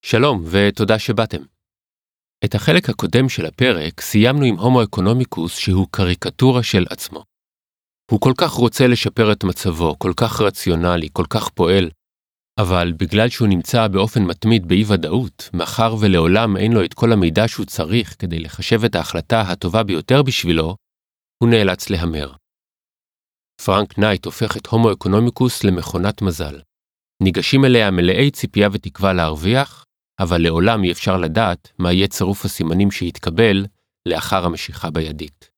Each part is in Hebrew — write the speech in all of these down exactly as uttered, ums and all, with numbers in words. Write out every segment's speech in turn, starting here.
שלום ותודה שבאתם. את החלק הקודם של הפרק סיימנו עם הומו אקונומיקוס שהוא קריקטורה של עצמו. הוא כל כך רוצה לשפר את מצבו, כל כך רציונלי, כל כך פועל, אבל בגלל שהוא נמצא באופן מתמיד באי ודאות, מאחר ולעולם אין לו את כל המידע שהוא צריך כדי לחשב את ההחלטה הטובה ביותר בשבילו, הוא נאלץ להמר. פרנק נייט הופך את הומו אקונומיקוס למכונת מזל. ניגשים אליה מלאי ציפייה ותקווה להרוויח, אבל לעולם אי אפשר לדעת מה יהיה צירוף הסימנים שיתקבל לאחר המשיכה בידית.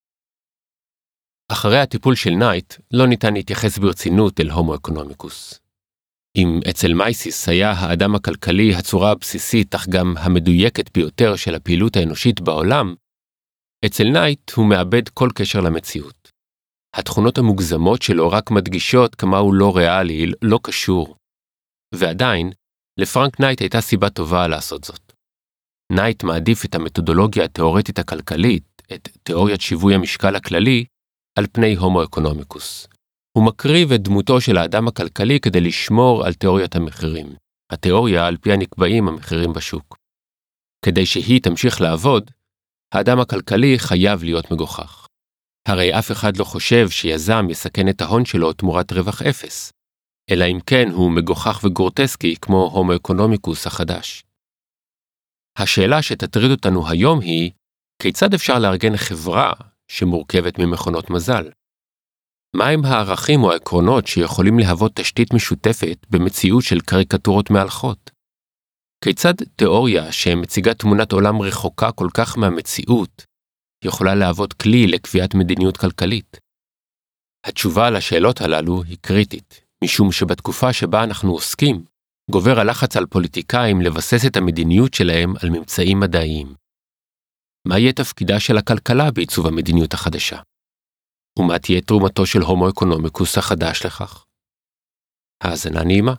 אחרי הטיפול של נייט, לא ניתן להתייחס ברצינות אל הומו אקונומיקוס. אם אצל מייסיס היה האדם הכלכלי הצורה הבסיסית אך גם המדויקת ביותר של הפעילות האנושית בעולם, אצל נייט הוא מאבד כל קשר למציאות. התכונות המוגזמות שלו רק מדגישות כמה הוא לא ריאלי, לא קשור. ועדיין, לפרנק נייט הייתה סיבה טובה לעשות זאת. נייט מעדיף את המתודולוגיה התיאורטית הכלכלית, את תיאוריית שיווי המשקל הכללי, על פני הומו אקונומיקוס. הוא מקריב את דמותו של האדם הכלכלי כדי לשמור על תיאוריית המחירים, התיאוריה על פי הנקבעים המחירים בשוק. כדי שהיא תמשיך לעבוד, האדם הכלכלי חייב להיות מגוחך. הרי אף אחד לא חושב שיזם יסכן את ההון שלו תמורת רווח אפס, אלא אם כן הוא מגוחך וגורטסקי כמו הומו אקונומיקוס החדש. השאלה שתטריד אותנו היום היא, כיצד אפשר לארגן חברה שמורכבת ממכונות מזל? מהם הערכים או העקרונות שיכולים להוות תשתית משותפת במציאות של קריקטורות מהלכות? כיצד תיאוריה שמציגה תמונת עולם רחוקה כל כך מהמציאות יכולה להוות כלי לקביעת מדיניות כלכלית? התשובה לשאלות הללו היא קריטית, משום שבתקופה שבה אנחנו עוסקים, גובר הלחץ על פוליטיקאים לבסס את המדיניות שלהם על ממצאים מדעיים. מה יהיה תפקידה של הכלכלה בעיצוב המדיניות החדשה? ומה תהיה תרומתו של הומו אקונומיקוס החדש לכך? האזנה נעימה.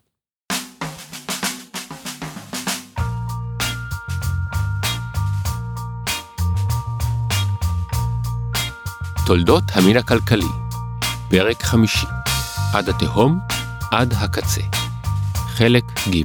תולדות המין הכלכלי, פרק חמישי, עד התהום, עד הקצה, חלק ג'.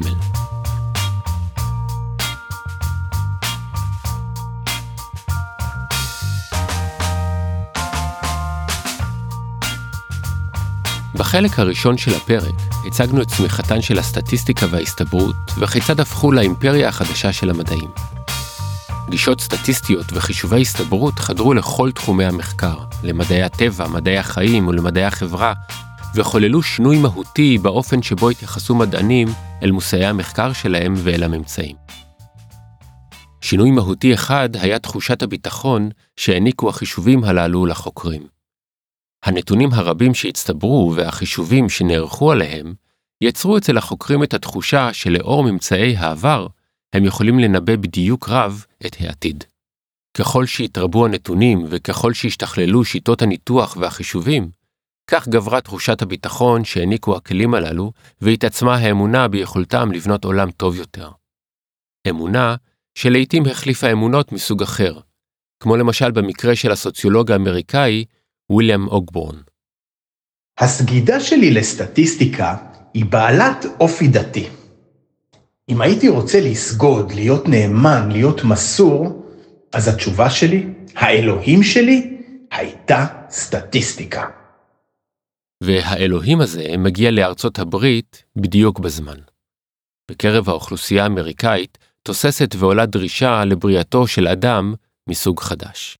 בחלק הראשון של הפרק הצגנו את צמיחתן של הסטטיסטיקה וההסתברות וכיצד הפכו לאימפריה החדשה של המדעים. גישות סטטיסטיות וחישובי הסתברות חדרו לכל תחומי המחקר, למדעי הטבע, מדעי החיים ולמדעי החברה, וחוללו שינוי מהותי באופן שבו התייחסו מדענים אל מושאי המחקר שלהם ואל הממצאים. שינוי מהותי אחד היה תחושת הביטחון שהעניקו החישובים הללו לחוקרים. הנתונים הרבים שהצטברו והחישובים שנערכו עליהם יצרו אצל החוקרים את התחושה שלאור ממצאי העבר הם יכולים לנבא בדיוק רב את העתיד. ככל שהתרבו הנתונים וככל שהשתכללו שיטות הניתוח והחישובים, כך גברה תחושת הביטחון שהעניקו הכלים הללו והתעצמה האמונה ביכולתם לבנות עולם טוב יותר. אמונה שלעיתים החליפה אמונות מסוג אחר, כמו למשל במקרה של הסוציולוג האמריקאי וויליאם אוגבורן. הסגידה שלי לסטטיסטיקה היא בעלת אופי דתי. אם הייתי רוצה לסגוד, להיות נאמן, להיות מסור, אז התשובה שלי, האלוהים שלי, הייתה סטטיסטיקה. והאלוהים הזה מגיע לארצות הברית בדיוק בזמן. בקרב האוכלוסייה האמריקאית תוססת ועולה דרישה לבריאתו של אדם מסוג חדש.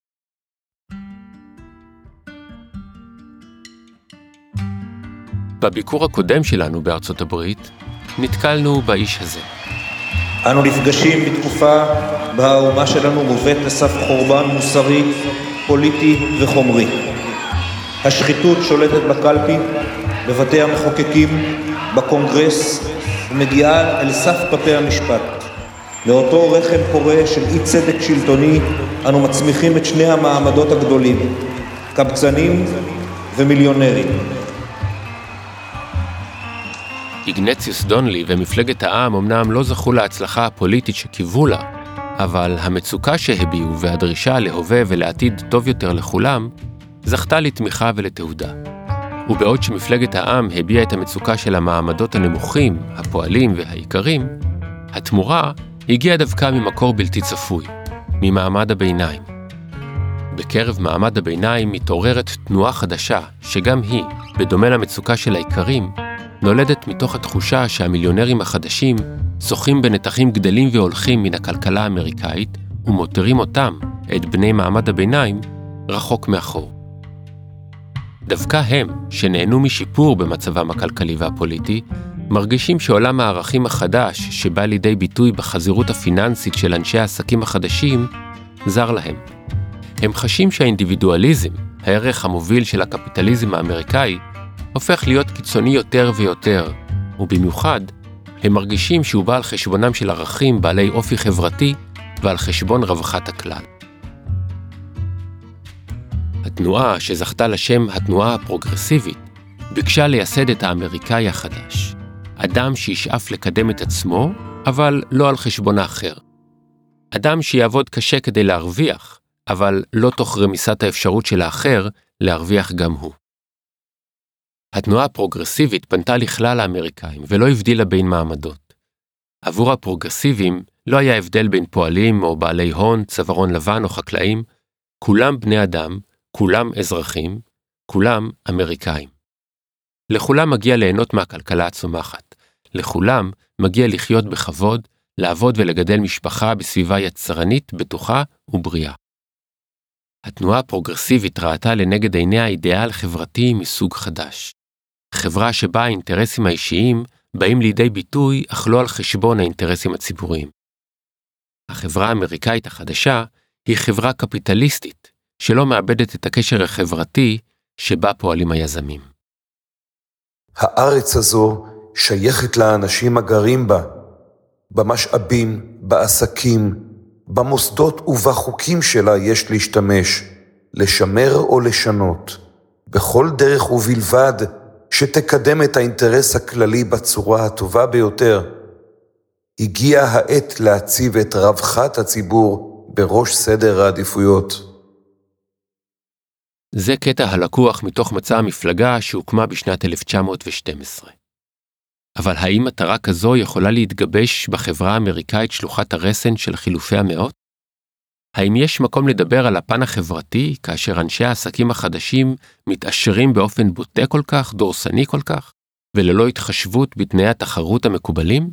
בביקור הקודם שלנו בארצות הברית, נתקלנו באיש הזה. אנו נפגשים בתקופה בה האומה שלנו מובאת לסף חורבן מוסרי, פוליטי וחומרי. השחיתות שולטת בקלפי, בבתי המחוקקים, בקונגרס, ומגיעה אל סף בתי המשפט. לאותו רחם פורה של אי צדק שלטוני, אנו מצמיחים את שני המעמדות הגדולים, קבצנים ומיליונרים. איגנציוס דונלי ומפלגת העם אמנם לא זכו להצלחה הפוליטית שקיוו לה, אבל המצוקה שהביאו והדרישה להווה ולעתיד טוב יותר לכולם, זכתה לתמיכה ולתהודה. ובעוד שמפלגת העם הביעה את המצוקה של המעמדות הנמוכים, הפועלים והעיקרים, התמורה הגיעה דווקא ממקור בלתי צפוי, ממעמד הביניים. בקרב מעמד הביניים מתעוררת תנועה חדשה, שגם היא, בדומה למצוקה של העיקרים, נולדת מתוך התחושה שהמיליונרים החדשים זוכים בנתחים גדלים והולכים מן הכלכלה האמריקאית, ומותרים אותם, את בני מעמד הביניים, רחוק מאחור. דווקא הם, שנהנו משיפור במצבם הכלכלי והפוליטי, מרגישים שעולם הערכים החדש, שבא לידי ביטוי בחזירות הפיננסית של אנשי העסקים החדשים, זר להם. הם חשים שהאינדיבידואליזם, הערך המוביל של הקפיטליזם האמריקאי, הופך להיות קיצוני יותר ויותר, ובמיוחד, הם מרגישים שהוא בא על חשבונם של ערכים בעלי אופי חברתי ועל חשבון רווחת הכלל. התנועה שזכתה לשם התנועה הפרוגרסיבית, ביקשה לייסד את האמריקאי החדש. אדם שישאף לקדם את עצמו, אבל לא על חשבון האחר. אדם שיעבוד קשה כדי להרוויח, אבל לא תוך רמיסת האפשרות של האחר להרוויח גם הוא. התנועה הפרוגרסיבית פנתה לכלל האמריקאים ולא הבדילה בין מעמדות. עבור הפרוגרסיבים לא היה הבדל בין פועלים או בעלי הון, צווארון לבן או חקלאים, כולם בני אדם, כולם אזרחים, כולם אמריקאים. לכולם מגיע ליהנות מהכלכלה הצומחת, לכולם מגיע לחיות בכבוד, לעבוד ולגדל משפחה בסביבה יצרנית, בטוחה ובריאה. התנועה הפרוגרסיבית ראתה לנגד עיניה אידיאל חברתי מסוג חדש. חברה שבה האינטרסים האישיים באים לידי ביטוי אך לא על חשבון האינטרסים הציבוריים. החברה האמריקאית החדשה היא חברה קפיטליסטית, שלא מאבדת את הקשר החברתי שבה פועלים היזמים. הארץ הזו שייכת לאנשים הגרים בה, במשאבים, בעסקים, במוסדות ובחוקים שלה יש להשתמש, לשמר או לשנות, בכל דרך ובלבד שתקדם את האינטרס הכללי בצורה הטובה ביותר. הגיעה העת להציב את רווחת הציבור בראש סדר העדיפויות. זה קטע הלקוח מתוך מצע המפלגה שהוקמה בשנת אלף תשע מאות ושתים עשרה. אבל האם מטרה כזו יכולה להתגבש בחברה האמריקאית שלוחת הרסן של חילופי המאות? האם יש מקום לדבר על הפן החברתי כאשר אנשי העסקים החדשים מתעשרים באופן בוטה כל כך, דורסני כל כך, וללא התחשבות בתנאי התחרות המקובלים?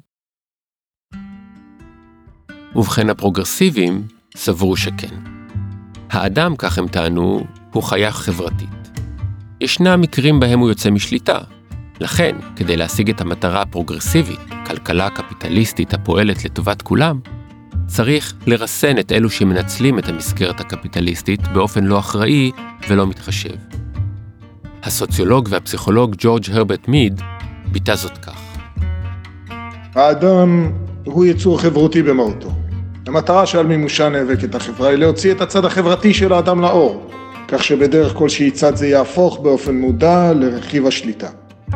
ובכן הפרוגרסיבים סברו שכן. האדם, כך הם טענו, הוא חיה חברתית. ישנם מקרים בהם הוא יוצא משליטה. לכן, כדי להשיג את המטרה הפרוגרסיבית, כלכלה קפיטליסטית הפועלת לטובת כולם, צריך לרסן את אלו שמנצלים את המסגרת הקפיטליסטית באופן לא אחראי ולא מתחשב. הסוציולוג והפסיכולוג ג'ורג' הרברט מיד ביטא זאת כך. האדם הוא יצור חברותי במהותו. המטרה שעל מימושה נאבקת החברה היא להוציא את הצד החברתי של האדם לאור, כך שבדרך כלשהי צד זה יהפוך באופן מודע לרכיב השליטה.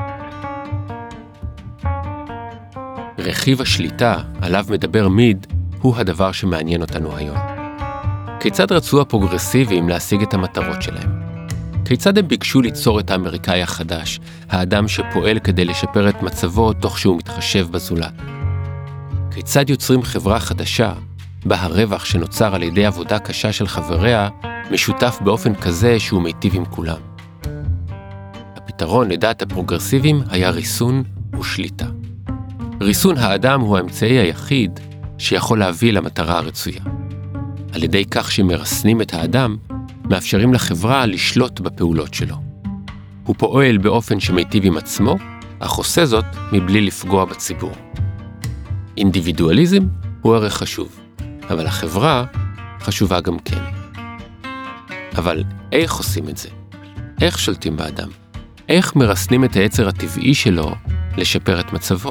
רכיב השליטה עליו מדבר מיד הוא הדבר שמעניין אותנו היום. כיצד רצו הפרוגרסיבים להשיג את המטרות שלהם? כיצד הם ביקשו ליצור את האמריקאי החדש, האדם שפועל כדי לשפר את מצבו תוך שהוא מתחשב בזולת? כיצד יוצרים חברה חדשה, בה הרווח שנוצר על ידי עבודה קשה של חבריה, משותף באופן כזה שהוא מיטיב עם כולם? הפתרון לדעת הפרוגרסיבים היה ריסון ושליטה. ריסון האדם הוא האמצעי היחיד שיכול להביא למטרה הרצויה. על ידי כך שמרסנים את האדם, מאפשרים לחברה לשלוט בפעולות שלו. הוא פועל באופן שמיטיב עם עצמו, אך עושה זאת מבלי לפגוע בציבור. אינדיבידואליזם הוא ערך חשוב, אבל החברה חשובה גם כן. אבל איך עושים את זה? איך שולטים באדם? איך מרסנים את היצר הטבעי שלו לשפר את מצבו?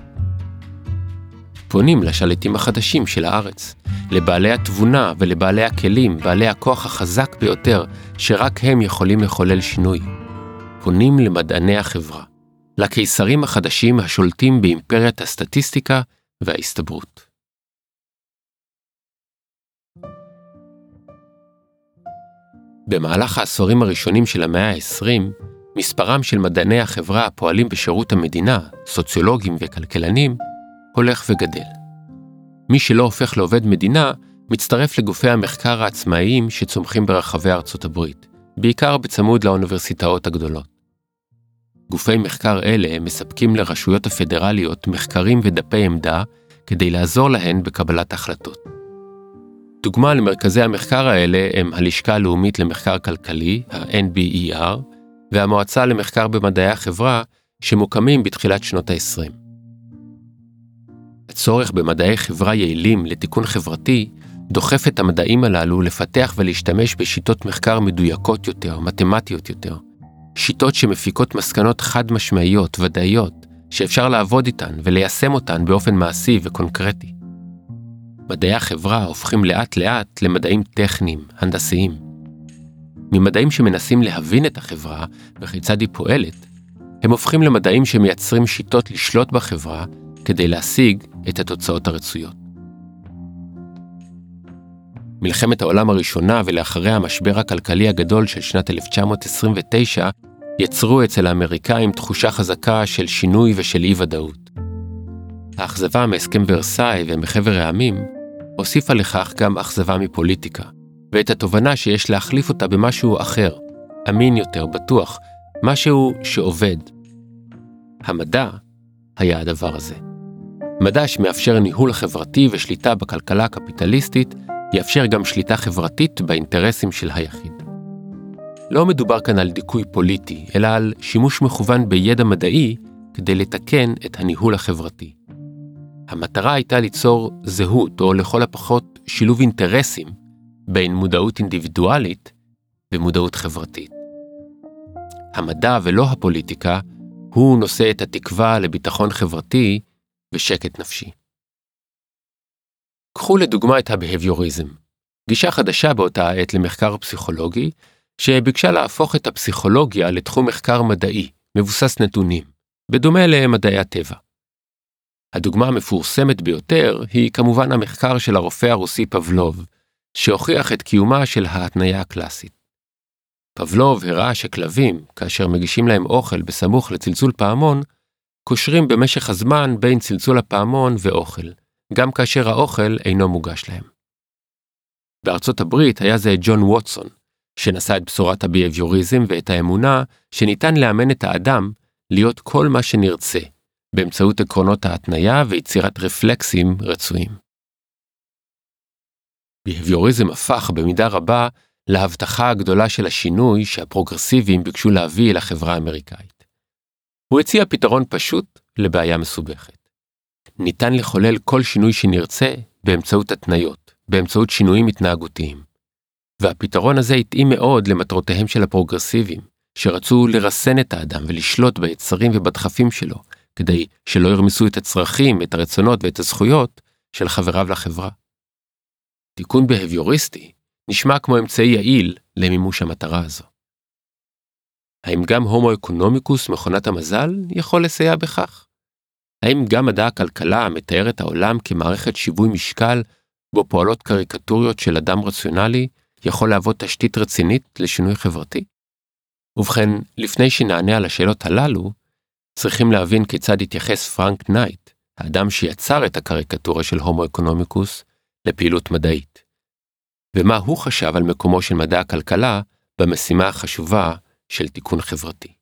פונים לשליטים החדשים של הארץ, לבעלי התבונה ולבעלי הכלים, בעלי הכוח החזק ביותר, שרק הם יכולים לחולל שינוי. פונים למדעני החברה, לקיסרים החדשים השולטים באימפריית הסטטיסטיקה וההסתברות. במהלך העשורים הראשונים של המאה ה-עשרים, מספרם של מדעני החברה הפועלים בשירות המדינה, סוציולוגים וכלכלנים, הולך וגדל. מי שלא הופך לעובד מדינה, מצטרף לגופי המחקר העצמאיים שצומחים ברחבי ארצות הברית, בעיקר בצמוד לאוניברסיטאות הגדולות. גופי מחקר אלה מספקים לרשויות הפדרליות מחקרים ודפי עמדה כדי לעזור להן בקבלת החלטות. דוגמה למרכזי המחקר האלה הם הלשכה הלאומית למחקר כלכלי, ה-אן בי אי אר, והמועצה למחקר במדעי החברה, שמוקמים בתחילת שנות ה-עשרים. הצורך במדעי חברה יעילים לתיקון חברתי דוחף את המדעים הללו לפתח ולהשתמש בשיטות מחקר מדויקות יותר, מתמטיות יותר, שיטות שמפיקות מסקנות חד משמעיות, ודאיות, שאפשר לעבוד איתן וליישם אותן באופן מעשי וקונקרטי. מדעי החברה הופכים לאט לאט למדעים טכניים, הנדסיים. ממדעים שמנסים להבין את החברה וכיצד היא פועלת, הם הופכים למדעים שמייצרים שיטות לשלוט בחברה כדי להשיג את התוצאות הרצויות. מלחמת העולם הראשונה ולאחריה המשבר הכלכלי הגדול של שנת אלף תשע מאות עשרים ותשע יצרו אצל האמריקאים תחושה חזקה של שינוי ושל אי-ודאות. האכזבה מהסכם ורסאי ומחבר העמים הוסיפה לכך גם אכזבה מפוליטיקה, ואת התובנה שיש להחליף אותה במשהו אחר, אמין יותר, בטוח, משהו שעובד. המדע היה הדבר הזה. מדע שמאפשר ניהול חברתי ושליטה בכלכלה הקפיטליסטית, יאפשר גם שליטה חברתית באינטרסים של היחיד. לא מדובר כאן על דיכוי פוליטי, אלא על שימוש מכוון בידע מדעי כדי לתקן את הניהול החברתי. המטרה הייתה ליצור זהות, או לכל הפחות שילוב אינטרסים, בין מודעות אינדיבידואלית ומודעות חברתית. המדע ולא הפוליטיקה הוא נושא את התקווה לביטחון חברתי ושקט נפשי. קחו לדוגמה את הבהביוריזם, גישה חדשה באותה העת למחקר פסיכולוגי, שביקשה להפוך את הפסיכולוגיה לתחום מחקר מדעי, מבוסס נתונים, בדומה למדעי הטבע. הדוגמה המפורסמת ביותר היא כמובן המחקר של הרופא הרוסי פבלוב, שהוכיח את קיומה של ההתניה הקלאסית. פבלוב הראה שכלבים, כאשר מגישים להם אוכל בסמוך לצלצול פעמון, קושרים במשך הזמן בין צלצול הפעמון ואוכל, גם כאשר האוכל אינו מוגש להם. בארצות הברית היה זה ג'ון ווטסון, שנשא את בשורת הבהביוריזם ואת האמונה שניתן לאמן את האדם להיות כל מה שנרצה, באמצעות עקרונות ההתניה ויצירת רפלקסים רצויים. בהביוריזם הפך במידה רבה להבטחה הגדולה של השינוי שהפרוגרסיבים ביקשו להביא אל החברה האמריקאית. הוא הציע פתרון פשוט לבעיה מסובכת. ניתן לחולל כל שינוי שנרצה באמצעות התניות, באמצעות שינויים התנהגותיים. והפתרון הזה התאים מאוד למטרותיהם של הפרוגרסיבים, שרצו לרסן את האדם ולשלוט ביצרים ובדחפים שלו, כדי שלא ירמסו את הצרכים, את הרצונות ואת הזכויות של חבריו לחברה. תיקון בהביוריסטי נשמע כמו אמצעי יעיל למימוש המטרה הזו. האם גם הומו אקונומיקוס, מכונת המזל, יכול לסייע בכך? האם גם מדע הכלכלה מתאר את העולם כמערכת שיווי משקל, בו פועלות קריקטוריות של אדם רציונלי, יכול להוות תשתית רצינית לשינוי חברתי? ובכן, לפני שנענה על השאלות הללו, צריכים להבין כיצד התייחס פרנק נייט, האדם שיצר את הקריקטורה של הומו אקונומיקוס, לפעילות מדעית. ומה הוא חשב על מקומו של מדע הכלכלה במשימה החשובה של תיקון חברתי.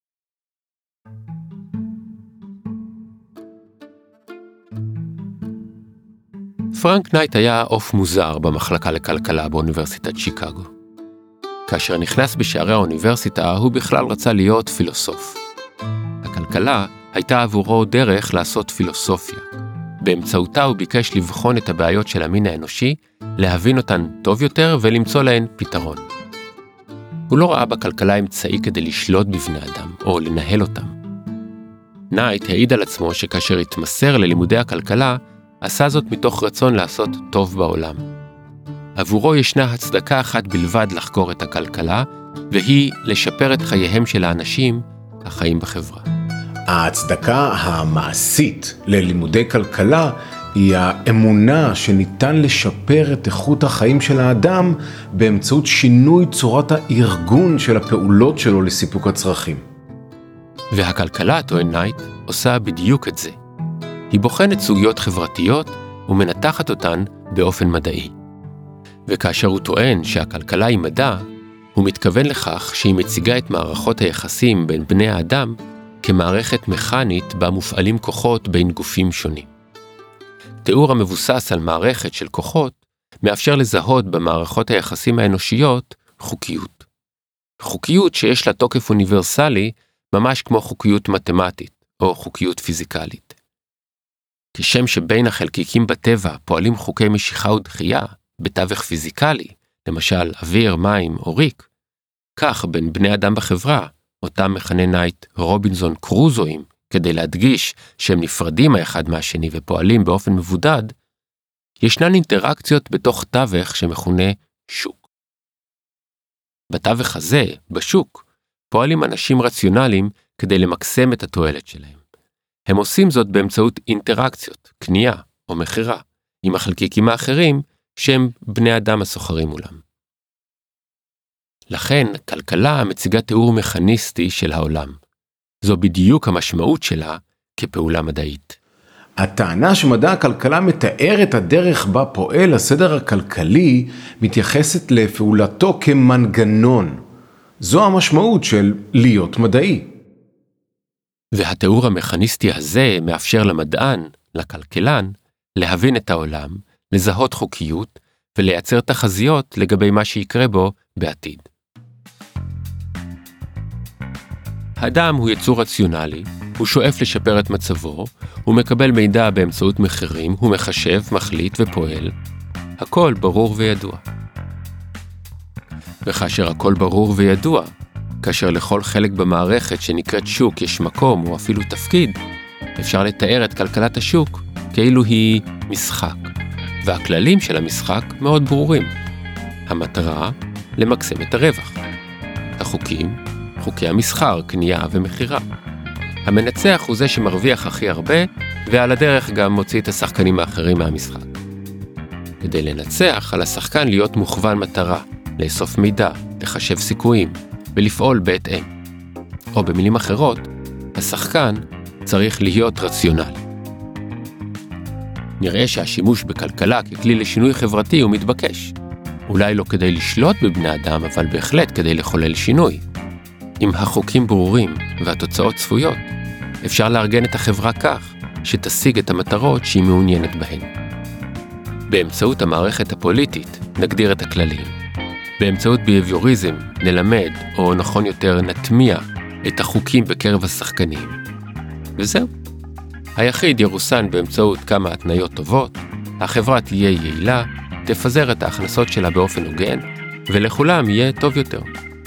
פרנק נייט היה עוף מוזר במחלקה לכלכלה באוניברסיטת שיקגו. כאשר נכנס בשערי האוניברסיטה, הוא בכלל רצה להיות פילוסוף. הכלכלה הייתה עבורו דרך לעשות פילוסופיה. באמצעותה הוא ביקש לבחון את הבעיות של המין האנושי, להבין אותן טוב יותר ולמצוא להן פתרון. הוא לא ראה בכלכלה אמצעי כדי לשלוט בבני אדם או לנהל אותם. נייט העיד על עצמו שכאשר התמסר ללימודי הכלכלה, עשה זאת מתוך רצון לעשות טוב בעולם. עבורו ישנה הצדקה אחת בלבד לחקור את הכלכלה, והיא לשפר את חייהם של האנשים החיים בחברה. ההצדקה המעשית ללימודי כלכלה היא האמונה שניתן לשפר את איכות החיים של האדם באמצעות שינוי צורת הארגון של הפעולות שלו לסיפוק הצרכים. והכלכלה, טוען נייט, עושה בדיוק את זה. היא בוחנת סוגיות חברתיות ומנתחת אותן באופן מדעי. וכאשר הוא טוען שהכלכלה היא מדע, הוא מתכוון לכך שהיא מציגה את מערכות היחסים בין בני האדם כמערכת מכנית בה מופעלים כוחות בין גופים שונים. תיאור המבוסס על מערכת של כוחות מאפשר לזהות במערכות היחסים האנושיות חוקיות. חוקיות שיש לה תוקף אוניברסלי ממש כמו חוקיות מתמטית או חוקיות פיזיקלית. כשם שבין החלקיקים בטבע פועלים חוקי משיכה ודחייה בתווך פיזיקלי, למשל אוויר, מים או ריק, כך בין בני אדם בחברה, אותם מכנה נייט רובינזון קרוזואים, כדי להדגיש שהם נפרדים האחד מהשני ופועלים באופן מבודד, ישנן אינטראקציות בתוך תווך שמכונה שוק. בתווך הזה, בשוק, פועלים אנשים רציונליים כדי למקסם את התועלת שלהם. הם עושים זאת באמצעות אינטראקציות, קנייה או מחירה, עם החלקיקים האחרים שהם בני אדם הסוחרים מולם. לכן, כלכלה מציגה תיאור מכניסטי של העולם. זו בדיוק המשמעות שלה כפעולה מדעית. הטענה שמדע הכלכלה מתאר את הדרך בה פועל הסדר הכלכלי מתייחסת לפעולתו כמנגנון. זו המשמעות של להיות מדעי. והתיאור המכניסטי הזה מאפשר למדען, לכלכלן, להבין את העולם, לזהות חוקיות ולייצר תחזיות לגבי מה שיקרה בו בעתיד. האדם הוא יצור רציונלי, הוא שואף לשפר את מצבו, הוא מקבל מידע באמצעות מחירים, הוא מחשב, מחליט ופועל. הכל ברור וידוע. וכאשר הכל ברור וידוע, כאשר לכל חלק במערכת שנקראת שוק יש מקום או אפילו תפקיד, אפשר לתאר את כלכלת השוק כאילו היא משחק, והכללים של המשחק מאוד ברורים. המטרה, למקסם את הרווח. החוקים, חוקי המסחר, קנייה ומחירה. המנצח הוא זה שמרוויח הכי הרבה, ועל הדרך גם מוציא את השחקנים האחרים מהמשחק. כדי לנצח, על השחקן להיות מוכוון מטרה, לאסוף מידע, לחשב סיכויים, ולפעול בהתאם. או במילים אחרות, השחקן צריך להיות רציונלי. נראה שהשימוש בכלכלה ככלי לשינוי חברתי הוא מתבקש. אולי לא כדי לשלוט בבני אדם, אבל בהחלט כדי לחולל שינוי. אם החוקים ברורים והתוצאות צפויות, אפשר לארגן את החברה כך שתשיג את המטרות שהיא מעוניינת בהן. באמצעות המערכת הפוליטית נגדיר את הכללים. באמצעות ביהביוריזם נלמד, או נכון יותר נטמיע, את החוקים בקרב השחקנים. וזהו. היחיד ירוסן באמצעות כמה התניות טובות, החברה תהיה יעילה, תפזר את ההכנסות שלה באופן הוגן, ולכולם יהיה טוב יותר.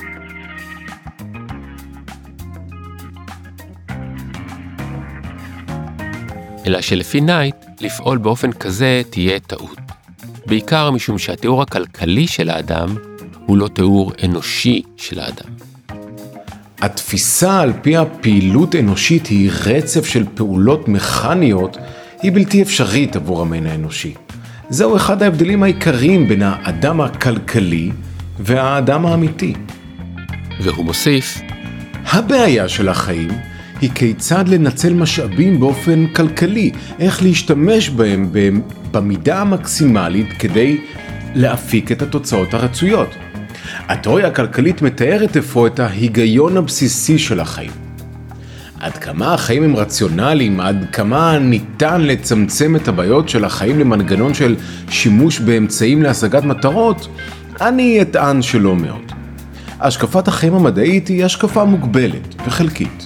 אלא שלפי נייט, לפעול באופן כזה תהיה טעות. בעיקר משום שהתיאור הכלכלי של האדם הוא לא תיאור אנושי של האדם. התפיסה על פי הפעילות אנושית היא רצף של פעולות מכניות, היא בלתי אפשרית עבור המין האנושי. זהו אחד ההבדלים העיקריים בין האדם הכלכלי והאדם האמיתי. והוא מוסיף, הבעיה של החיים היא כיצד לנצל משאבים באופן כלכלי, איך להשתמש בהם במידה המקסימלית כדי להפיק את התוצאות הרצויות. התיאוריה הכלכלית מתארת אפוא את ההיגיון הבסיסי של החיים. עד כמה החיים הם רציונליים, עד כמה ניתן לצמצם את הבעיות של החיים למנגנון של שימוש באמצעים להשגת מטרות, אני אטען שלא מאוד. השקפת החיים המדעית היא השקפה מוגבלת וחלקית.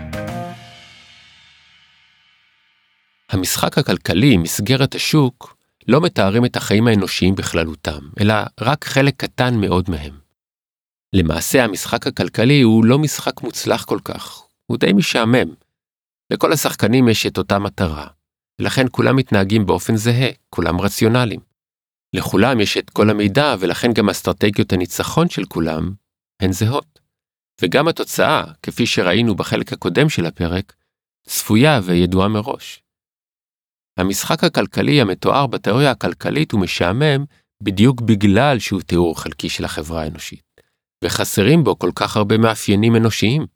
המשחק הכלכלי, מסגרת השוק, לא מתארים את החיים האנושיים בכללותם, אלא רק חלק קטן מאוד מהם. למעשה המשחק הכלכלי הוא לא משחק מוצלח כל כך, הוא די משעמם. לכל השחקנים יש את אותה מטרה, ולכן כולם מתנהגים באופן זהה, כולם רציונליים. לכולם יש את כל המידע, ולכן גם אסטרטגיות הניצחון של כולם הן זהות. וגם התוצאה, כפי שראינו בחלק הקודם של הפרק, צפויה וידועה מראש. המשחק הכלכלי המתואר בתיאוריה הכלכלית הוא משעמם בדיוק בגלל שהוא תיאור חלקי של החברה האנושית, וחסרים בו כל כך הרבה מאפיינים אנושיים.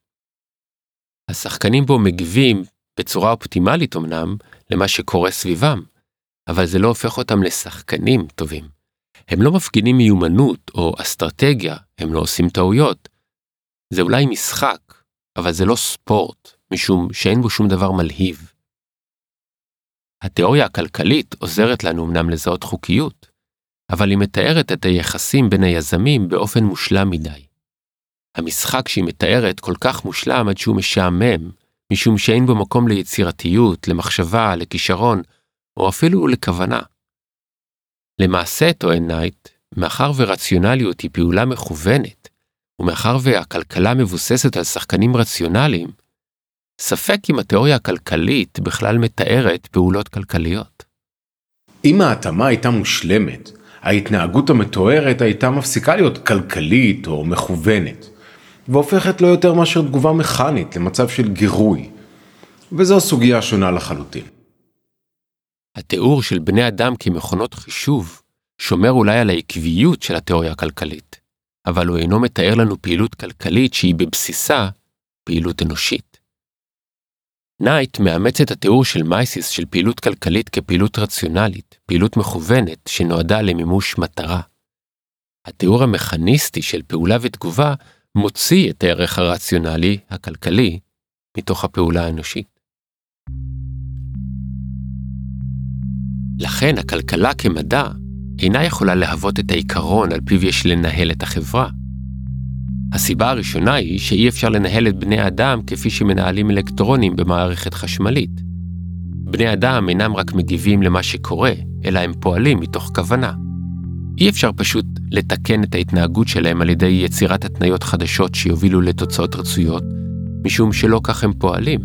השחקנים בו מגיבים בצורה אופטימלית אמנם למה שקורה סביבם, אבל זה לא הופך אותם לשחקנים טובים. הם לא מפגינים מיומנות או אסטרטגיה, הם לא עושים טעויות. זה אולי משחק, אבל זה לא ספורט, משום שאין בו שום דבר מלהיב. התיאוריה הכלכלית עוזרת לנו אמנם לזהות חוקיות, אבל היא מתארת את היחסים בין היזמים באופן מושלם מדי. המשחק שהיא מתארת כל כך מושלם עד שהוא משעמם, משום שאין בו מקום ליצירתיות, למחשבה, לכישרון, או אפילו לכוונה. למעשה, טוען נייט, מאחר ורציונליות היא פעולה מכוונת, ומאחר והכלכלה מבוססת על שחקנים רציונליים, ספק אם התיאוריה הכלכלית בכלל מתארת פעולות כלכליות. אם ההתאמה הייתה מושלמת, ההתנהגות המתוארת הייתה מפסיקה להיות כלכלית או מכוונת, והופכת לא יותר מאשר תגובה מכנית למצב של גירוי, וזו סוגיה שונה לחלוטין. התיאור של בני אדם כמכונות חישוב שומר אולי על העקביות של התיאוריה הכלכלית, אבל הוא אינו מתאר לנו פעילות כלכלית שהיא בבסיסה פעילות אנושית. נייט מאמץ את התיאור של מייסיס של פעילות כלכלית כפעילות רציונלית, פעילות מכוונת שנועדה למימוש מטרה. התיאור המכניסטי של פעולה ותגובה מוציא את הערך הרציונלי, הכלכלי, מתוך הפעולה האנושית. לכן הכלכלה כמדע אינה יכולה להוות את העיקרון על פיו יש לנהל את החברה. הסיבה הראשונה היא שאי אפשר לנהל את בני האדם כפי שמנהלים אלקטרונים במערכת חשמלית. בני אדם אינם רק מגיבים למה שקורה, אלא הם פועלים מתוך כוונה. אי אפשר פשוט לתקן את ההתנהגות שלהם על ידי יצירת התניות חדשות שיובילו לתוצאות רצויות, משום שלא כך הם פועלים.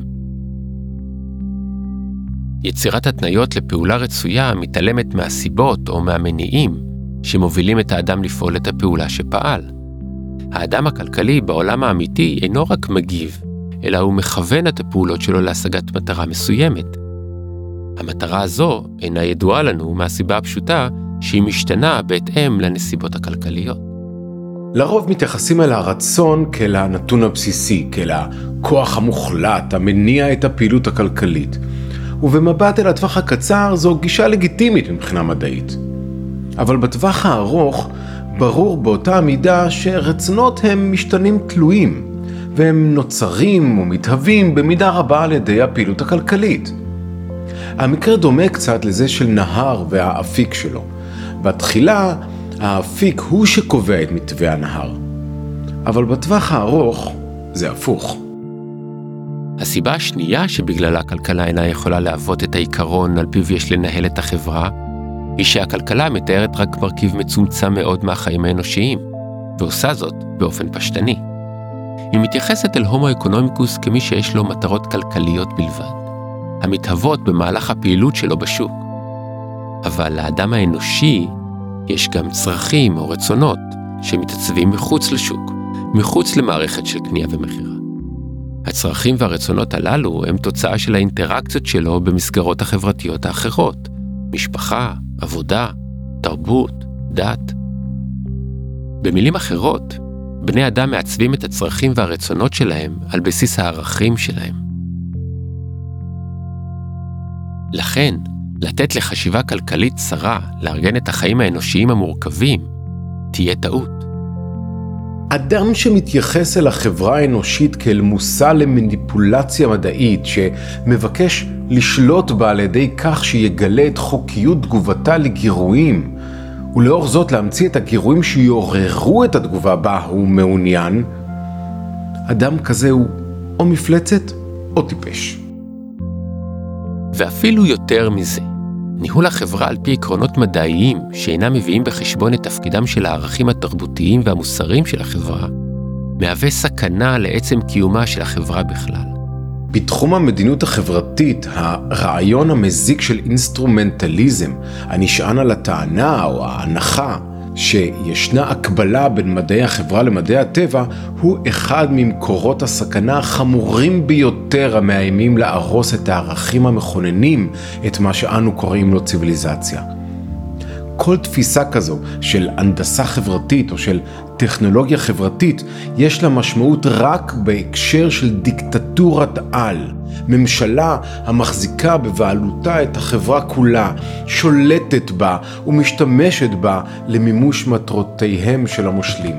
יצירת התניות לפעולה רצויה מתעלמת מהסיבות או מהמניעים שמובילים את האדם לפעול את הפעולה שפעל. האדם הכלכלי בעולם האמיתי אינו רק מגיב, אלא הוא מכוון את הפעולות שלו להשגת מטרה מסוימת. המטרה הזו אינה ידועה לנו מהסיבה הפשוטה שהיא משתנה בהתאם לנסיבות הכלכליות. לרוב מתייחסים אל הרצון כאל הנתון הבסיסי, כאל הכוח המוחלט המניע את הפעילות הכלכלית. ובמבט אל הטווח הקצר זו גישה לגיטימית מבחינה מדעית. אבל בטווח הארוך ברור באותה מידה שרצונות הם משתנים תלויים, והם נוצרים ומתהווים במידה רבה על ידי הפעילות הכלכלית. המקרה דומה קצת לזה של נהר והאפיק שלו. בתחילה האפיק הוא שקובע את מתווה הנהר, אבל בטווח הארוך זה הפוך. הסיבה השנייה שבגללה הכלכלה אינה יכולה להוות את העיקרון על פיו יש לנהל את החברה, היא שהכלכלה מתארת רק מרכיב מצומצם מאוד מהחיים האנושיים, ועושה זאת באופן פשטני. היא מתייחסת אל הומו אקונומיקוס כמי שיש לו מטרות כלכליות בלבד, המתהוות במהלך הפעילות שלו בשוק. אבל לאדם האנושי יש גם צרכים או רצונות שמתעצבים מחוץ לשוק, מחוץ למערכת של קנייה ומחירה. הצרכים והרצונות הללו הם תוצאה של האינטראקציות שלו במסגרות החברתיות האחרות, משפחה, עבודה, תרבות, דת. במילים אחרות, בני אדם מעצבים את הצרכים והרצונות שלהם על בסיס הערכים שלהם. לכן, לתת לחשיבה כלכלית צרה לארגן את החיים האנושיים המורכבים, תהיה טעות. אדם שמתייחס אל החברה האנושית כאל מושא למניפולציה מדעית שמבקש לשלוט בה על ידי כך שיגלה את חוקיות תגובתה לגירויים, ולאור זאת להמציא את הגירויים שיעוררו את התגובה בה הוא מעוניין, אדם כזה הוא או מפלצת או טיפש. ואפילו יותר מזה, ניהול החברה על פי עקרונות מדעיים שאינם מביאים בחשבון את תפקידם של הערכים התרבותיים והמוסריים של החברה, מהווה סכנה לעצם קיומה של החברה בכלל. בתחום המדיניות החברתית, הרעיון המזיק של אינסטרומנטליזם, הנשען על הטענה או ההנחה שישנה הקבלה בין מדעי החברה למדעי הטבע, הוא אחד ממקורות הסכנה החמורים ביותר המאיימים להרוס את הערכים המכוננים את מה שאנו קוראים לו ציוויליזציה. כל תפיסה כזו של הנדסה חברתית או של טכנולוגיה חברתית, יש לה משמעות רק בהקשר של דיקטטורת על. ממשלה המחזיקה בבעלותה את החברה כולה, שולטת בה ומשתמשת בה למימוש מטרותיהם של המושלים.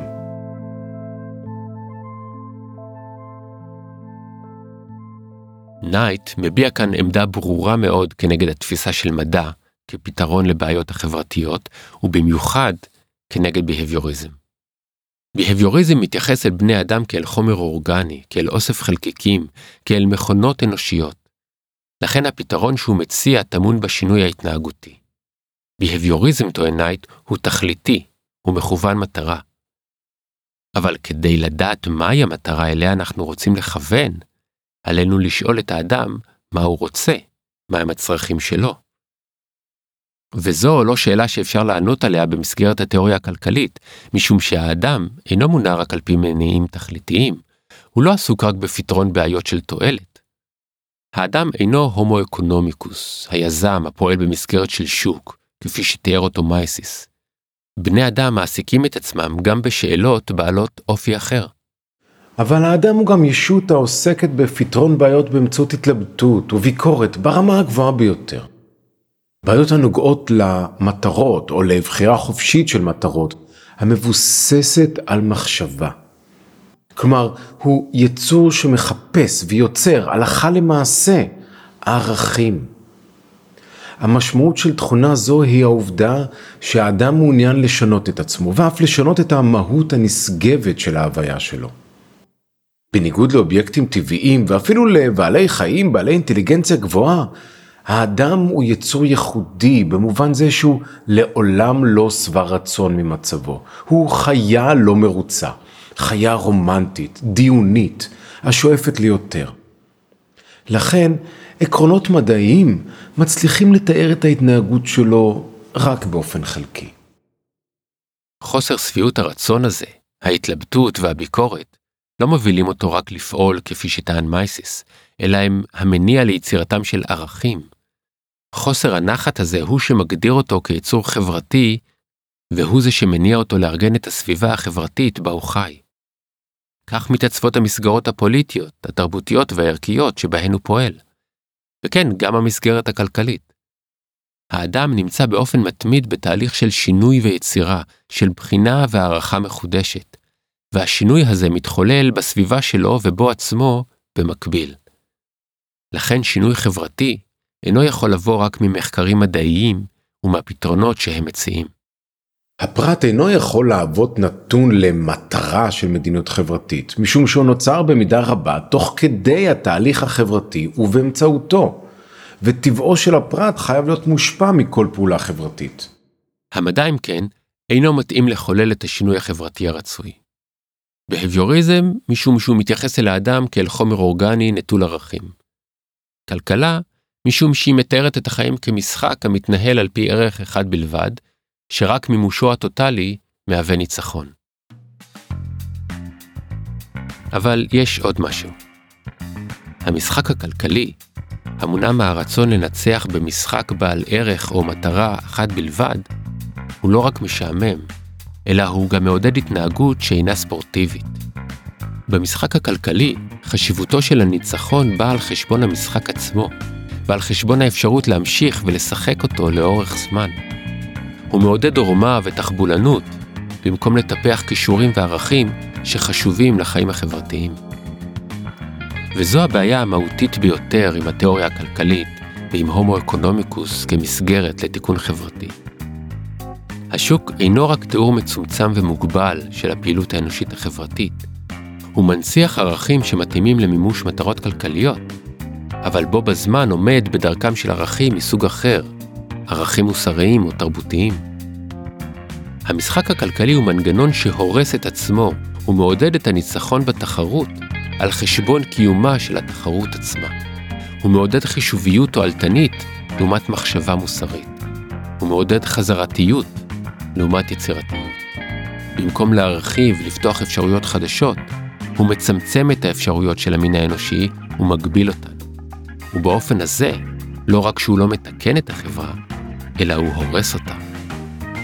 נייט מביע כאן עמדה ברורה מאוד כנגד התפיסה של מדע כפתרון לבעיות החברתיות, ובמיוחד כנגד בהביוריזם. בהביוריזם מתייחס אל בני אדם כאל חומר אורגני, כאל אוסף חלקיקים, כאל מכונות אנושיות. לכן הפתרון שהוא מציע טמון בשינוי ההתנהגותי. בהביוריזם, טוען נייט, הוא תכליתי, הוא מכוון מטרה. אבל כדי לדעת מהי המטרה אליה אנחנו רוצים לכוון, עלינו לשאול את האדם מה הוא רוצה, מהם הצרכים שלו. וזו לא שאלה שאפשר לענות עליה במסגרת התיאוריה הכלכלית, משום שהאדם אינו מונע רק על פי מניעים תכליתיים, הוא לא עסוק רק בפתרון בעיות של תועלת. האדם אינו הומו אקונומיקוס, היזם הפועל במסגרת של שוק, כפי שתיאר אותו מייסיס. בני אדם מעסיקים את עצמם גם בשאלות בעלות אופי אחר. אבל האדם הוא גם ישות העוסקת בפתרון בעיות באמצעות התלבטות וביקורת ברמה הגבוהה ביותר. בעיות הנוגעות למטרות או לבחירה חופשית של מטרות, המבוססת על מחשבה. כלומר, הוא יצור שמחפש ויוצר הלכה למעשה ערכים. המשמעות של תכונה זו היא העובדה שהאדם מעוניין לשנות את עצמו, ואף לשנות את המהות הנשגבת של ההוויה שלו. בניגוד לאובייקטים טבעיים ואפילו לבעלי חיים, בעלי אינטליגנציה גבוהה, האדם הוא יצור ייחודי במובן זה שהוא לעולם לא שבע רצון ממצבו. הוא חיה לא מרוצה, חיה רומנטית, דיונית, השואפת ליותר. לכן, עקרונות מדעיים מצליחים לתאר את ההתנהגות שלו רק באופן חלקי. חוסר שביעות הרצון הזה, ההתלבטות והביקורת, לא מובילים אותו רק לפעול כפי שטען מייסיס, אלא הם המניע ליצירתם של ערכים. חוסר הנחת הזה הוא שמגדיר אותו כיצור חברתי, והוא זה שמניע אותו לארגן את הסביבה החברתית בה הוא חי. כך מתעצבות המסגרות הפוליטיות, התרבותיות והערכיות שבהן הוא פועל. וכן, גם המסגרת הכלכלית. האדם נמצא באופן מתמיד בתהליך של שינוי ויצירה, של בחינה והערכה מחודשת, והשינוי הזה מתחולל בסביבה שלו ובו עצמו במקביל. לכן שינוי חברתי אינו יכול לבוא רק ממחקרים מדעיים ומהפתרונות שהם מציעים. הפרט אינו יכול להוות נתון למטרה של מדיניות חברתית, משום שהוא נוצר במידה רבה תוך כדי התהליך החברתי ובאמצעותו, וטבעו של הפרט חייב להיות מושפע מכל פעולה חברתית. המדע, אם כן, אינו מתאים לחולל את השינוי החברתי הרצוי. בהביוריזם, משום שהוא מתייחס אל האדם כאל חומר אורגני נטול ערכים. כלכלה, משום שהיא מתארת את החיים כמשחק המתנהל על פי ערך אחד בלבד, שרק מימושו הטוטלי מהווה ניצחון. אבל יש עוד משהו. המשחק הכלכלי, המונע מהרצון לנצח במשחק בעל ערך או מטרה אחת בלבד, הוא לא רק משעמם, אלא הוא גם מעודד התנהגות שאינה ספורטיבית. במשחק הכלכלי, חשיבותו של הניצחון באה על חשבון המשחק עצמו, ועל חשבון האפשרות להמשיך ולשחק אותו לאורך זמן. הוא מעודד עורמה ותחבולנות, במקום לטפח כישורים וערכים שחשובים לחיים החברתיים. וזו הבעיה המהותית ביותר עם התיאוריה הכלכלית ועם הומו אקונומיקוס כמסגרת לתיקון חברתי. השוק אינו רק תיאור מצומצם ומוגבל של הפעילות האנושית החברתית, הוא מנציח ערכים שמתאימים למימוש מטרות כלכליות, אבל בו בזמן עומד בדרכם של ערכים מסוג אחר, ערכים מוסריים או תרבותיים. המשחק הכלכלי הוא מנגנון שהורס את עצמו ומעודד את הניצחון בתחרות על חשבון קיומה של התחרות עצמה. הוא מעודד חישוביות תועלתנית לעומת מחשבה מוסרית. הוא מעודד חזרתיות לעומת יצירתיות. במקום להרחיב, לפתוח אפשרויות חדשות, הוא מצמצם את האפשרויות של המין האנושי ומגביל אותן. ובאופן הזה, לא רק שהוא לא מתקן את החברה, אלא הוא הורס אותה.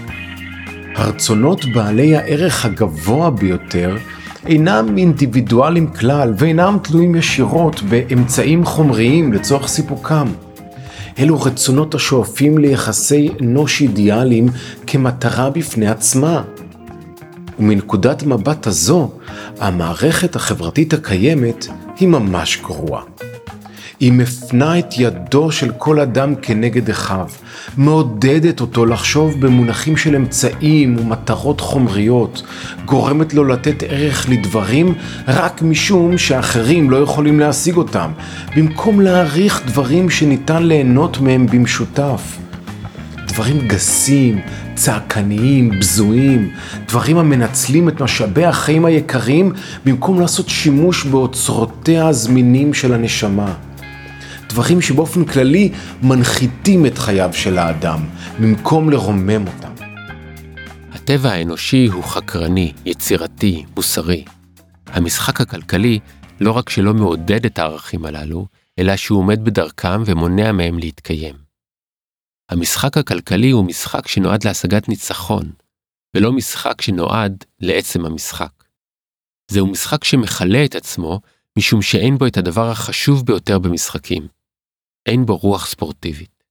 הרצונות בעלי הערך הגבוה ביותר אינם אינדיבידואלים כלל ואינם תלויים ישירות באמצעים חומריים לצורך סיפוקם. אלו רצונות השואפים ליחסי אנוש אידיאליים כמטרה בפני עצמה. ומנקודת מבט הזו, המערכת החברתית הקיימת היא ממש גרועה. היא מפנה את ידו של כל אדם כנגד אחיו, מעודדת אותו לחשוב במונחים של אמצעים ומטרות חומריות, גורמת לו לתת ערך לדברים רק משום שאחרים לא יכולים להשיג אותם, במקום להעריך דברים שניתן ליהנות מהם במשותף. דברים גסים, צעקניים, בזויים, דברים המנצלים את משאבי החיים היקרים במקום לעשות שימוש באוצרותיה הזמינים של הנשמה. דברים שבאופן כללי מנחיתים את חייו של האדם, במקום לרומם אותם. הטבע האנושי הוא חקרני, יצירתי, מוסרי. המשחק הכלכלי לא רק שלא מעודד את הערכים הללו, אלא שהוא עומד בדרכם ומונע מהם להתקיים. המשחק הכלכלי הוא משחק שנועד להשגת ניצחון, ולא משחק שנועד לעצם המשחק. זהו משחק שמחלה את עצמו, משום שאין בו את הדבר החשוב ביותר במשחקים. אין בו רוח ספורטיבית.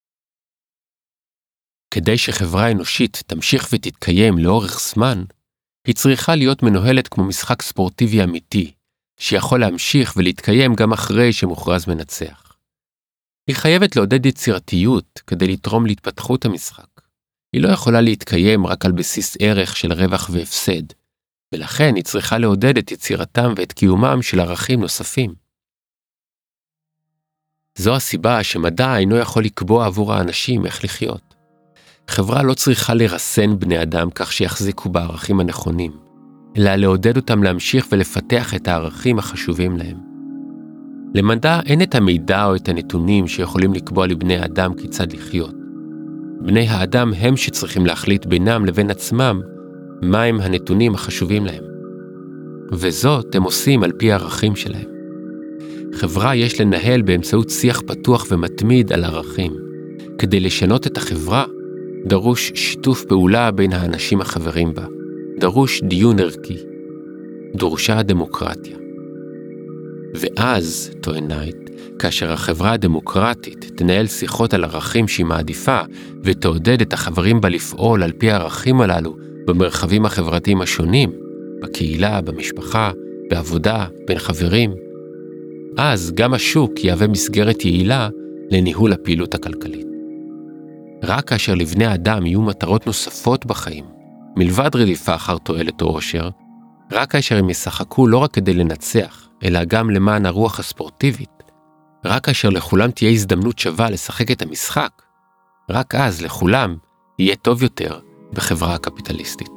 כדי שחברה אנושית תמשיך ותתקיים לאורך זמן, היא צריכה להיות מנוהלת כמו משחק ספורטיבי אמיתי, שיכול להמשיך ולהתקיים גם אחרי שמוכרז מנצח. היא חייבת לעודד יצירתיות כדי לתרום להתפתחות המשחק. היא לא יכולה להתקיים רק על בסיס ערך של רווח והפסד, ולכן היא צריכה לעודד את יצירתם ואת קיומם של ערכים נוספים. זו הסיבה שמדע אינו יכול לקבוע עבור האנשים איך לחיות. חברה לא צריכה לרסן בני אדם כך שיחזיקו בערכים הנכונים, אלא לעודד אותם להמשיך ולפתח את הערכים החשובים להם. למדע אין את המידע או את הנתונים שיכולים לקבוע לבני האדם כיצד לחיות. בני האדם הם שצריכים להחליט בינם לבין עצמם מהם הנתונים החשובים להם. וזאת הם עושים על פי הערכים שלהם. חברה יש לנהל באמצעות שיח פתוח ומתמיד על ערכים. כדי לשנות את החברה, דרוש שיתוף פעולה בין האנשים החברים בה. דרוש דיון ערכי. דרושה דמוקרטיה. ואז, טוען נייט, כאשר החברה הדמוקרטית תנהל שיחות על ערכים שהיא מעדיפה ותעודד את החברים בה לפעול על פי הערכים הללו במרחבים החברתיים השונים, בקהילה, במשפחה, בעבודה, בין חברים, אז גם השוק יהווה מסגרת יעילה לניהול הפעילות הכלכלית. רק כאשר לבני האדם יהיו מטרות נוספות בחיים, מלבד רדיפה אחר תועלת או עושר, רק כאשר הם ישחקו לא רק כדי לנצח, אלא גם למען הרוח הספורטיבית, רק כאשר לכולם תהיה הזדמנות שווה לשחק את המשחק, רק אז לכולם יהיה טוב יותר בחברה הקפיטליסטית.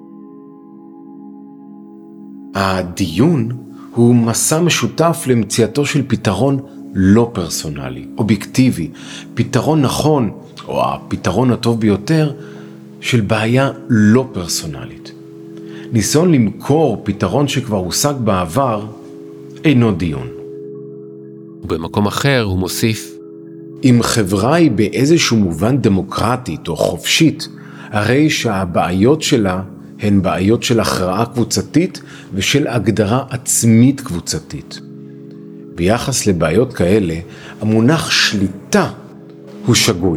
הדיון הוא מסע משותף למציאתו של פתרון לא פרסונלי, אובייקטיבי, פתרון נכון, או הפתרון הטוב ביותר, של בעיה לא פרסונלית. ניסיון למכור פתרון שכבר הושג בעבר, אינו דיון. ובמקום אחר הוא מוסיף, אם חברה היא באיזשהו מובן דמוקרטית או חופשית, הרי שהבעיות שלה הן בעיות של הכרעה קבוצתית ושל הגדרה עצמית קבוצתית. ביחס לבעיות כאלה, המונח שליטה הוא שגוי.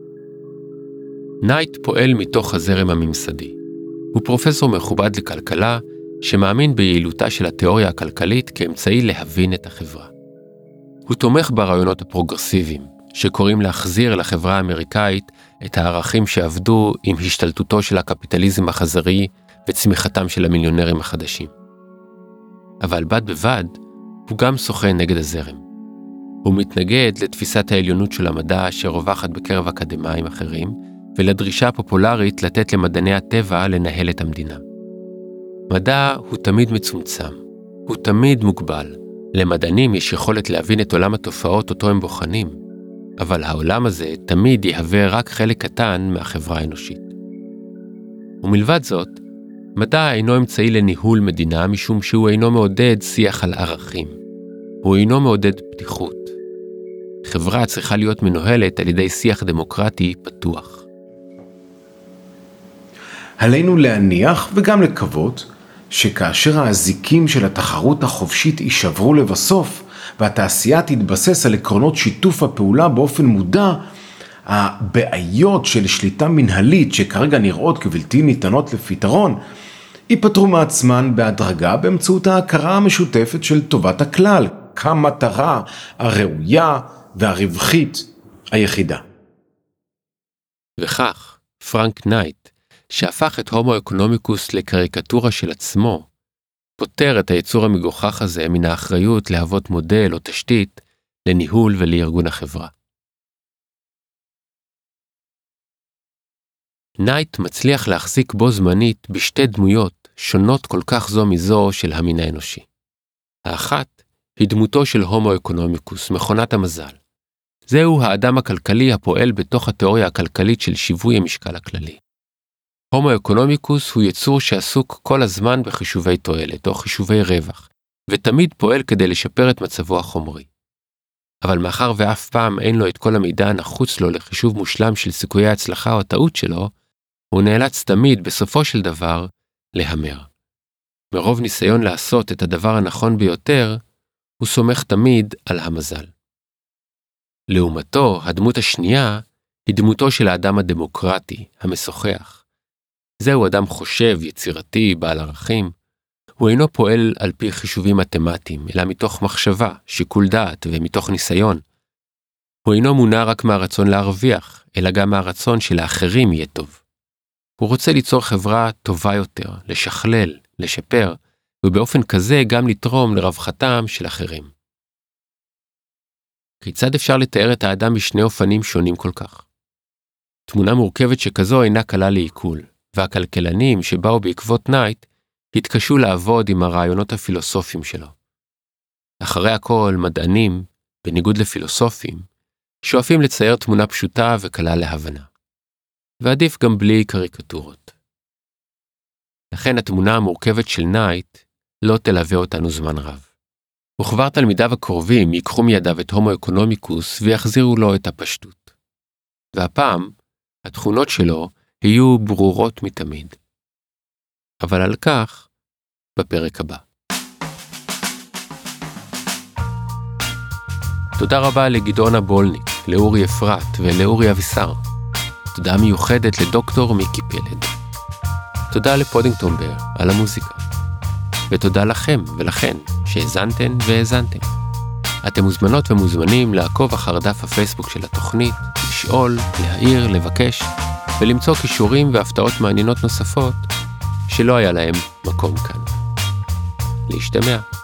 נייט פועל מתוך הזרם הממסדי. הוא פרופסור מכובד לכלכלה שמאמין ביעילותה של התיאוריה הכלכלית כאמצעי להבין את החברה. הוא תומך ברעיונות הפרוגרסיביים, שקוראים להחזיר לחברה האמריקאית את הערכים שעבדו עם השתלטותו של הקפיטליזם החזרי וצמיחתם של המיליונרים החדשים. אבל בד בבד, הוא גם שוחה נגד הזרם. הוא מתנגד לתפיסת העליונות של המדע שרווחת בקרב אקדמאים אחרים, ולדרישה הפופולרית לתת למדעני הטבע לנהל את המדינה. מדע הוא תמיד מצומצם, הוא תמיד מוגבל. למדענים יש יכולת להבין את עולם התופעות אותו הם בוחנים, אבל העולם הזה תמיד יהווה רק חלק קטן מהחברה האנושית. ומלבד זאת, מדע אינו אמצעי לניהול מדינה משום שהוא אינו מעודד שיח על ערכים. הוא אינו מעודד פתיחות. חברה צריכה להיות מנוהלת על ידי שיח דמוקרטי פתוח. עלינו להניח וגם לקוות שכאשר האזיקים של התחרות החופשית יישברו לבסוף, והתעשייה תתבסס על עקרונות שיתוף הפעולה באופן מודע, הבעיות של שליטה מנהלית שכרגע נראות כבלתי ניתנות לפתרון, ייפטרו מעצמן בהדרגה באמצעות ההכרה המשותפת של טובת הכלל, כמטרה הראויה והרווחית היחידה. וכך, פרנק נייט, שהפך את הומו אקונומיקוס לקריקטורה של עצמו, פותר את היצור המגוחך הזה מן האחריות להוות מודל או תשתית לניהול ולארגון החברה. נייט מצליח להחזיק בו זמנית בשתי דמויות שונות כל כך זו מזו של המין האנושי. האחת היא דמותו של הומו אקונומיקוס, מכונת המזל. זהו האדם הכלכלי הפועל בתוך התיאוריה הכלכלית של שיווי המשקל הכללי. הומו אקונומיקוס הוא יצור שעסוק כל הזמן בחישובי תועלת או חישובי רווח, ותמיד פועל כדי לשפר את מצבו החומרי. אבל מאחר ואף פעם אין לו את כל המידע הנחוץ לו לחישוב מושלם של סיכויי ההצלחה או הטעות שלו, הוא נאלץ תמיד בסופו של דבר להמר. מרוב ניסיון לעשות את הדבר הנכון ביותר, הוא סומך תמיד על המזל. לעומתו, הדמות השנייה היא דמותו של האדם הדמוקרטי, המשוחח. זהו אדם חושב, יצירתי, בעל ערכים. הוא אינו פועל על פי חישובים מתמטיים, אלא מתוך מחשבה, שיקול דעת ומתוך ניסיון. הוא אינו מונע רק מהרצון להרוויח, אלא גם מהרצון שלאחרים יהיה טוב. הוא רוצה ליצור חברה טובה יותר, לשכלל, לשפר, ובאופן כזה גם לתרום לרווחתם של אחרים. כיצד אפשר לתאר את האדם בשני אופנים שונים כל כך? תמונה מורכבת שכזו אינה קלה לעיכול, והכלכלנים שבאו בעקבות נייט התקשו לעבוד עם הרעיונות הפילוסופיים שלו. אחרי הכל, מדענים, בניגוד לפילוסופים, שואפים לצייר תמונה פשוטה וקלה להבנה. ועדיף גם בלי קריקטורות. לכן התמונה המורכבת של נייט לא תלווה אותנו זמן רב. וכבר תלמידיו הקרובים ייקחו מידיו את הומו אקונומיקוס ויחזירו לו את הפשטות. והפעם, התכונות שלו יהיו ברורות מתמיד. אבל על כך, בפרק הבא. תודה רבה לגדעון הבולניק, לאורי אפרת ולאורי אבישר. תודה מיוחדת לדוקטור מיקי פלד. תודה לפודינגטון בר על המוזיקה. ותודה לכם ולכן שהזנתן והזנתם. אתם מוזמנות ומוזמנים לעקוב אחר דף הפייסבוק של התוכנית, לשאול, להעיר, לבקש, ולמצוא קישורים והפתעות מעניינות נוספות שלא היה להם מקום כאן. להשתמע.